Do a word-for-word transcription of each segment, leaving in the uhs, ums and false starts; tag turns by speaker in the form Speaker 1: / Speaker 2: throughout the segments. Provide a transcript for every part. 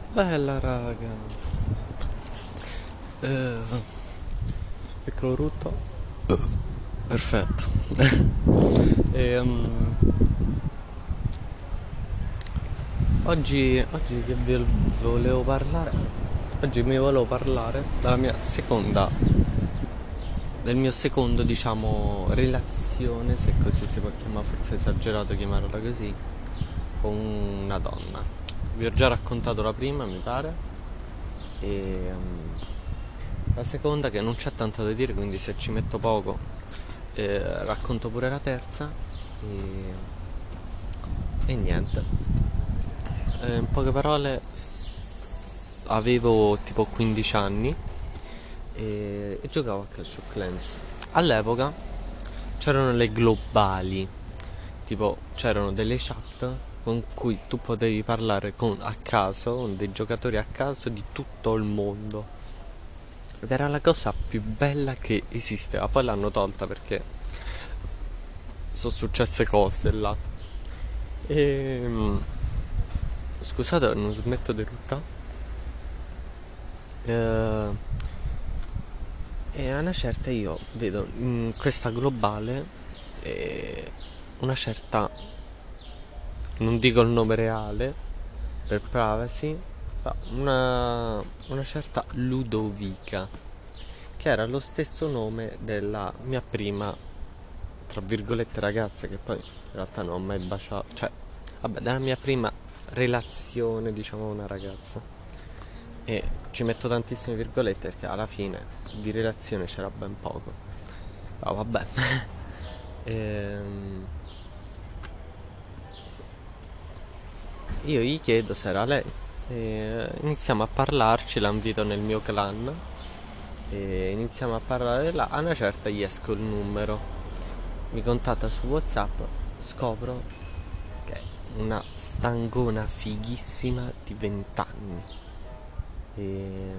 Speaker 1: Bella raga. Eh, piccolo rutto. Perfetto. E, um, oggi, oggi che vi volevo parlare? Oggi mi volevo parlare della mia seconda, del mio secondo, diciamo, relazione, se così si può chiamare, forse è esagerato chiamarla così, con una donna. Vi ho già raccontato la prima, mi pare, e um, la seconda che non c'è tanto da dire, quindi se ci metto poco eh, racconto pure la terza e, e niente. Eh, in poche parole, s- avevo tipo quindici anni e, e giocavo a Clash of Clans. All'epoca c'erano le globali, tipo c'erano delle chat con cui tu potevi parlare con, a caso, con dei giocatori a caso di tutto il mondo. Ed era la cosa più bella che esisteva. Poi l'hanno tolta perché sono successe cose là. E scusate, non smetto di ruttare. Eh, e a una certa io vedo in questa globale eh, una certa, non dico il nome reale per privacy, ma una, una certa Ludovica, che era lo stesso nome della mia prima, tra virgolette, ragazza, che poi in realtà non ho mai baciato, cioè, vabbè, della mia prima relazione, diciamo, con una ragazza. E ci metto tantissime virgolette perché alla fine di relazione c'era ben poco. Ma vabbè. Ehm, io gli chiedo se era lei. E iniziamo a parlarci, la invito nel mio clan. E iniziamo a parlare là. A una certa gli esco il numero. Mi contatta su WhatsApp. Scopro che è una stangona fighissima di venti anni. E,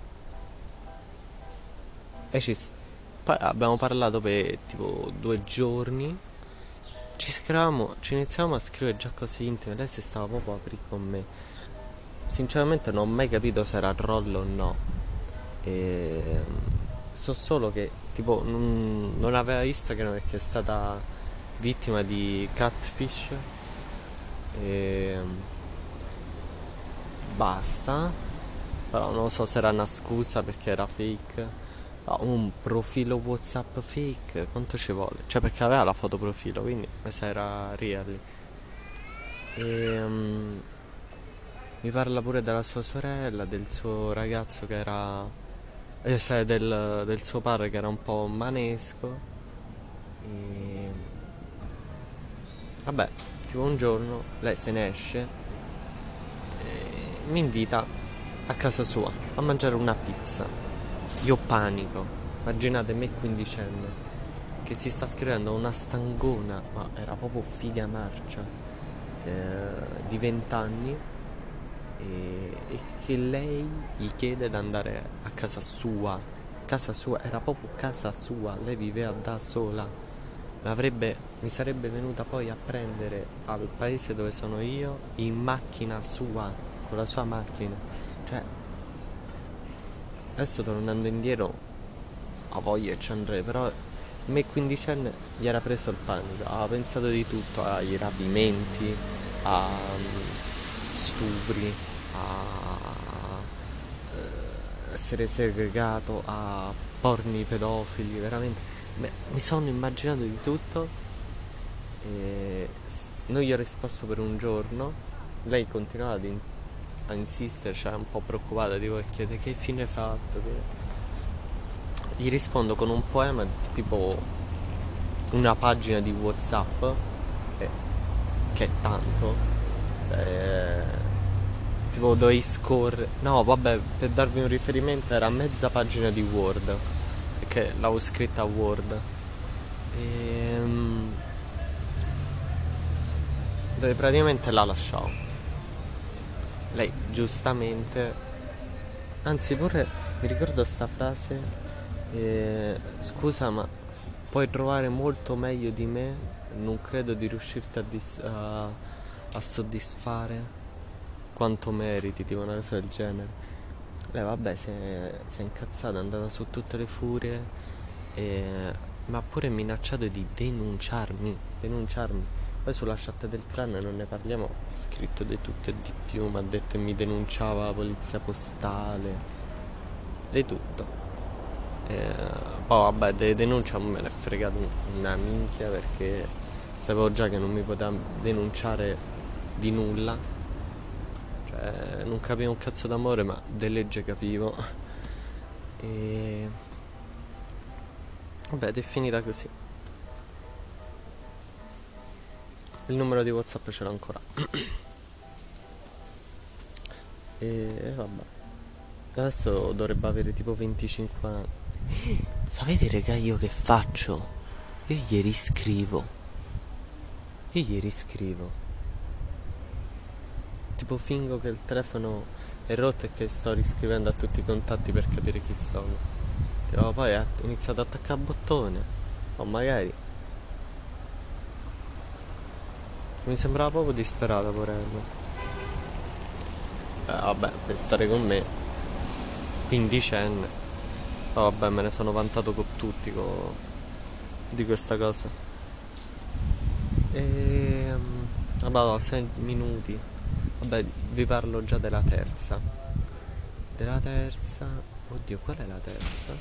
Speaker 1: e ci, poi abbiamo parlato per tipo due giorni. Ci scrivamo, ci iniziamo a scrivere già così intime. Lei si stava proprio a aprire con me. Sinceramente non ho mai capito se era troll o no. E so solo che tipo non, non aveva Instagram perché è stata vittima di catfish. E basta. Però non so se era una scusa perché era fake. Ah, un profilo WhatsApp fake, quanto ci vuole? Cioè perché aveva la foto profilo, quindi mi sa era real. E um, mi parla pure della sua sorella, del suo ragazzo che era eh, sai, del, del suo padre che era un po' manesco. E vabbè, tipo un giorno lei se ne esce e mi invita a casa sua a mangiare una pizza. Io panico. Immaginate me quindicenne che si sta scrivendo una stangona, ma era proprio figa marcia, eh, di venti anni e, e che lei gli chiede di andare a casa sua. Casa sua, era proprio casa sua, lei viveva da sola. L'avrebbe, mi sarebbe venuta poi a prendere al paese dove sono io in macchina sua, con la sua macchina. Cioè, adesso tornando indietro, a voglia ci andrei, però me quindicenne gli era preso il panico, aveva pensato di tutto, ai rapimenti, a mm, stupri, a eh, essere segregato, a porni pedofili, veramente. Beh, mi sono immaginato di tutto e s- non gli ho risposto per un giorno, lei continuava ad in- a insistere, cioè un po' preoccupata, tipo che chiede che fine hai fatto, che gli rispondo con un poema tipo una pagina di WhatsApp, eh, che è tanto. eh, tipo dovevi scorrere. No, vabbè, per darvi un riferimento era mezza pagina di Word, perché l'avevo scritta a Word. Ehm, dove praticamente la lasciavo. Lei giustamente, anzi pure mi ricordo sta frase, eh, scusa ma puoi trovare molto meglio di me, non credo di riuscirti a, dis- a- a soddisfare. quanto meriti, tipo una cosa del genere. Lei vabbè si è, si è incazzata, è andata su tutte le furie e mi ha pure minacciato di denunciarmi, denunciarmi. Poi sulla chat del tram non ne parliamo, ha scritto di tutto e di più, mi ha detto che mi denunciava la polizia postale, di tutto. E, poi vabbè, de denuncia non me ne è fregato una minchia perché sapevo già che non mi poteva denunciare di nulla. Cioè, non capivo un cazzo d'amore, ma de legge capivo. E vabbè, ed è finita così. Il numero di WhatsApp ce l'ho ancora. E vabbè. Adesso dovrebbe avere tipo venticinque anni. Sapete, raga, io che faccio? Io ieri scrivo. Io ieri scrivo. Tipo fingo che il telefono è rotto e che sto riscrivendo a tutti i contatti per capire chi sono. Tipo, poi ha iniziato ad attaccare a bottone. O magari. Mi sembrava proprio disperato, porello. Eh, vabbè, per stare con me, quindicenne. Oh, vabbè, me ne sono vantato con tutti co- di questa cosa. E vabbè, no, sei minuti. Vabbè, vi parlo già della terza. Della terza. Oddio, qual è la terza?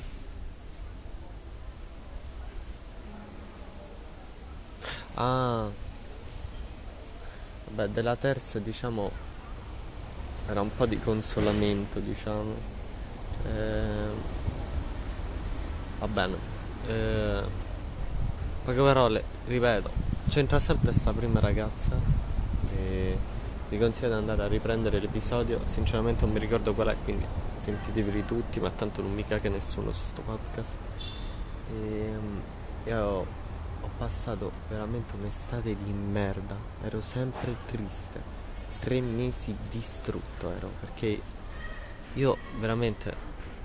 Speaker 1: Ah, vabbè, della terza, diciamo, era un po' di consolamento, diciamo. Eh, va bene. Eh, poche parole, ripeto, c'entra sempre sta prima ragazza e vi consiglio di andare a riprendere l'episodio. Sinceramente non mi ricordo qual è, quindi sentiteveli tutti, ma tanto non mi caga nessuno su sto podcast. E io ho, ho passato veramente un'estate di merda, ero sempre triste. Tre mesi distrutto ero, perché io veramente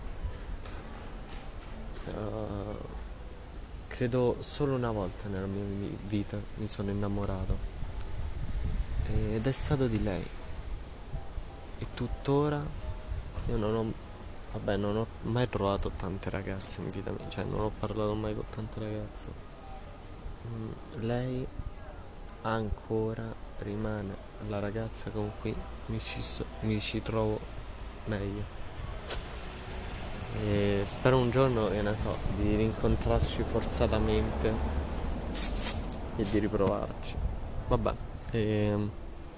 Speaker 1: uh, credo solo una volta nella mia vita mi sono innamorato ed è stato di lei. E tuttora io non ho, vabbè, non ho mai trovato tante ragazze in vita mia, cioè non ho parlato mai con tante ragazze. Mm, lei ancora rimane la ragazza con cui mi ci, so- mi ci trovo meglio. E spero un giorno, che ne so, di rincontrarci forzatamente e di riprovarci. Vabbè, ehm,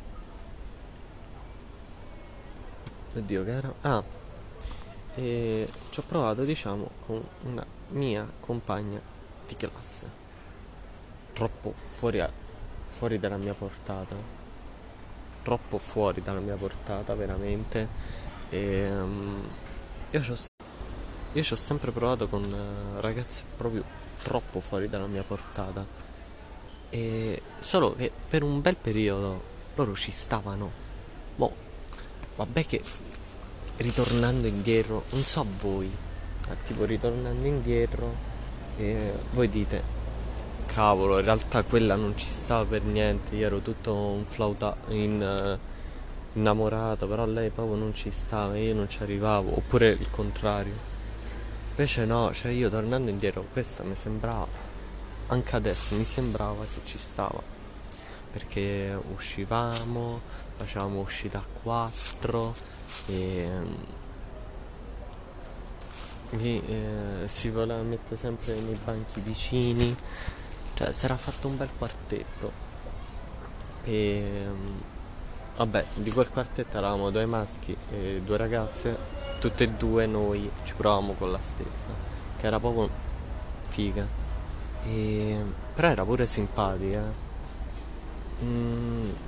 Speaker 1: oddio che era? Ah, e ci ho provato, diciamo, con una mia compagna di classe. Troppo fuori, a- fuori dalla mia portata. Troppo fuori dalla mia portata, veramente. E, um, io ci ho Io ci ho sempre provato con eh, ragazze proprio troppo fuori dalla mia portata. E solo che per un bel periodo loro ci stavano. Boh, vabbè che ritornando indietro, non so voi, ma tipo ritornando indietro, e voi dite, cavolo, in realtà quella non ci stava per niente, io ero tutto un flauta in, eh, innamorato, però lei proprio non ci stava, io non ci arrivavo, oppure il contrario. Invece no, cioè io tornando indietro, questa mi sembrava, anche adesso mi sembrava che ci stava, perché uscivamo, facevamo uscita a quattro e lì eh, si voleva mettere sempre nei banchi vicini, cioè si era fatto un bel quartetto e vabbè, di quel quartetto eravamo due maschi e due ragazze, tutte e due noi ci provavamo con la stessa, che era proprio figa. E... però era pure simpatica. Mm,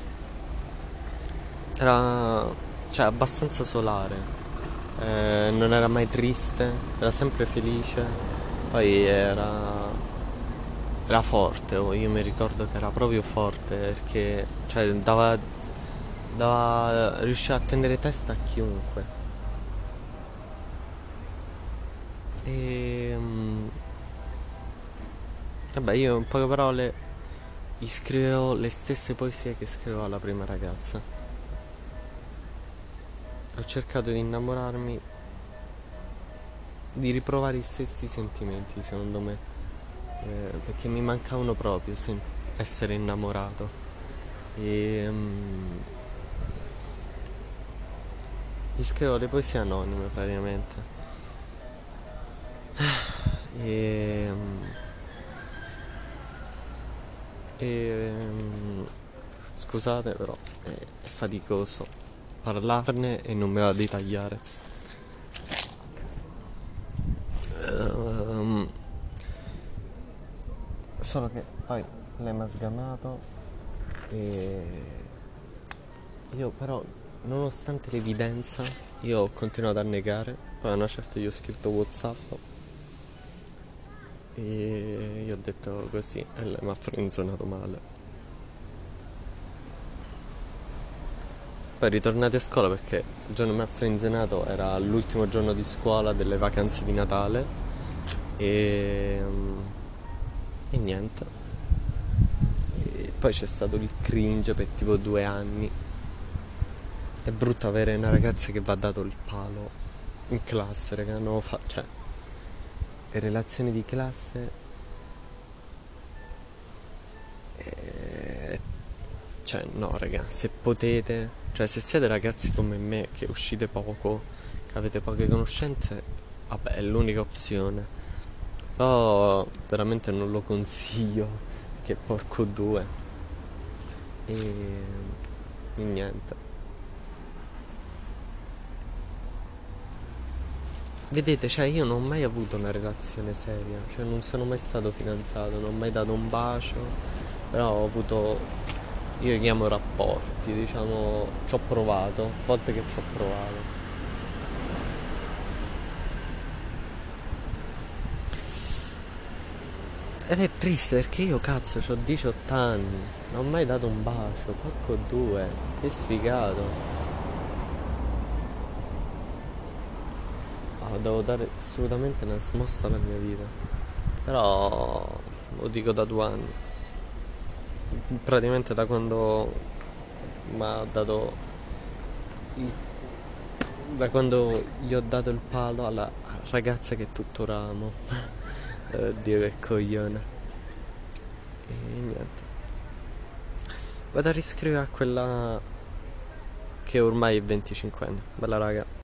Speaker 1: era cioè abbastanza solare. Eh, non era mai triste, era sempre felice. Poi era era forte, oh, io mi ricordo che era proprio forte perché cioè dava, dava riusciva a tenere testa a chiunque. E mm, vabbè, io in poche parole gli scrivevo le stesse poesie che scrivevo alla prima ragazza. ho cercato di innamorarmi, di riprovare gli stessi sentimenti, secondo me, eh, perché mi mancavano proprio sen- essere innamorato. E mm, gli scrivo le poesie anonime praticamente. E, mm, e mm, scusate però, è, è faticoso parlarne e non me la di tagliare. Ehm, Solo che poi lei mi ha sgamato e io però, nonostante l'evidenza, io ho continuato a negare. Poi a una certa gli ho scritto WhatsApp e gli ho detto così e lei mi ha frenzonato male. Poi ritornati a scuola perché il giorno che mi ha frenzonato era l'ultimo giorno di scuola delle vacanze di Natale e, mm, e niente. E poi c'è stato il cringe per tipo due anni. È brutto avere una ragazza che va dato il palo in classe, raga, no, fa- cioè, le relazioni di classe, eh, cioè, no, raga, se potete, cioè, se siete ragazzi come me, che uscite poco, che avete poche conoscenze, vabbè, è l'unica opzione. Però, veramente non lo consiglio, che porco due. E, e niente. Vedete, cioè io non ho mai avuto una relazione seria, cioè non sono mai stato fidanzato, non ho mai dato un bacio, però ho avuto, io li chiamo rapporti, diciamo, ci ho provato, volte che ci ho provato. Ed è triste perché io cazzo ho diciotto anni, non ho mai dato un bacio, porco due, che sfigato. Ah, devo dare assolutamente una smossa alla mia vita, però lo dico da due anni, praticamente da quando mi ha dato i- da quando gli ho dato il palo alla ragazza che tuttora amo. Eh, Dio che coglione. E niente. Vado a riscrivere a quella che ormai è venticinque anni. Bella raga.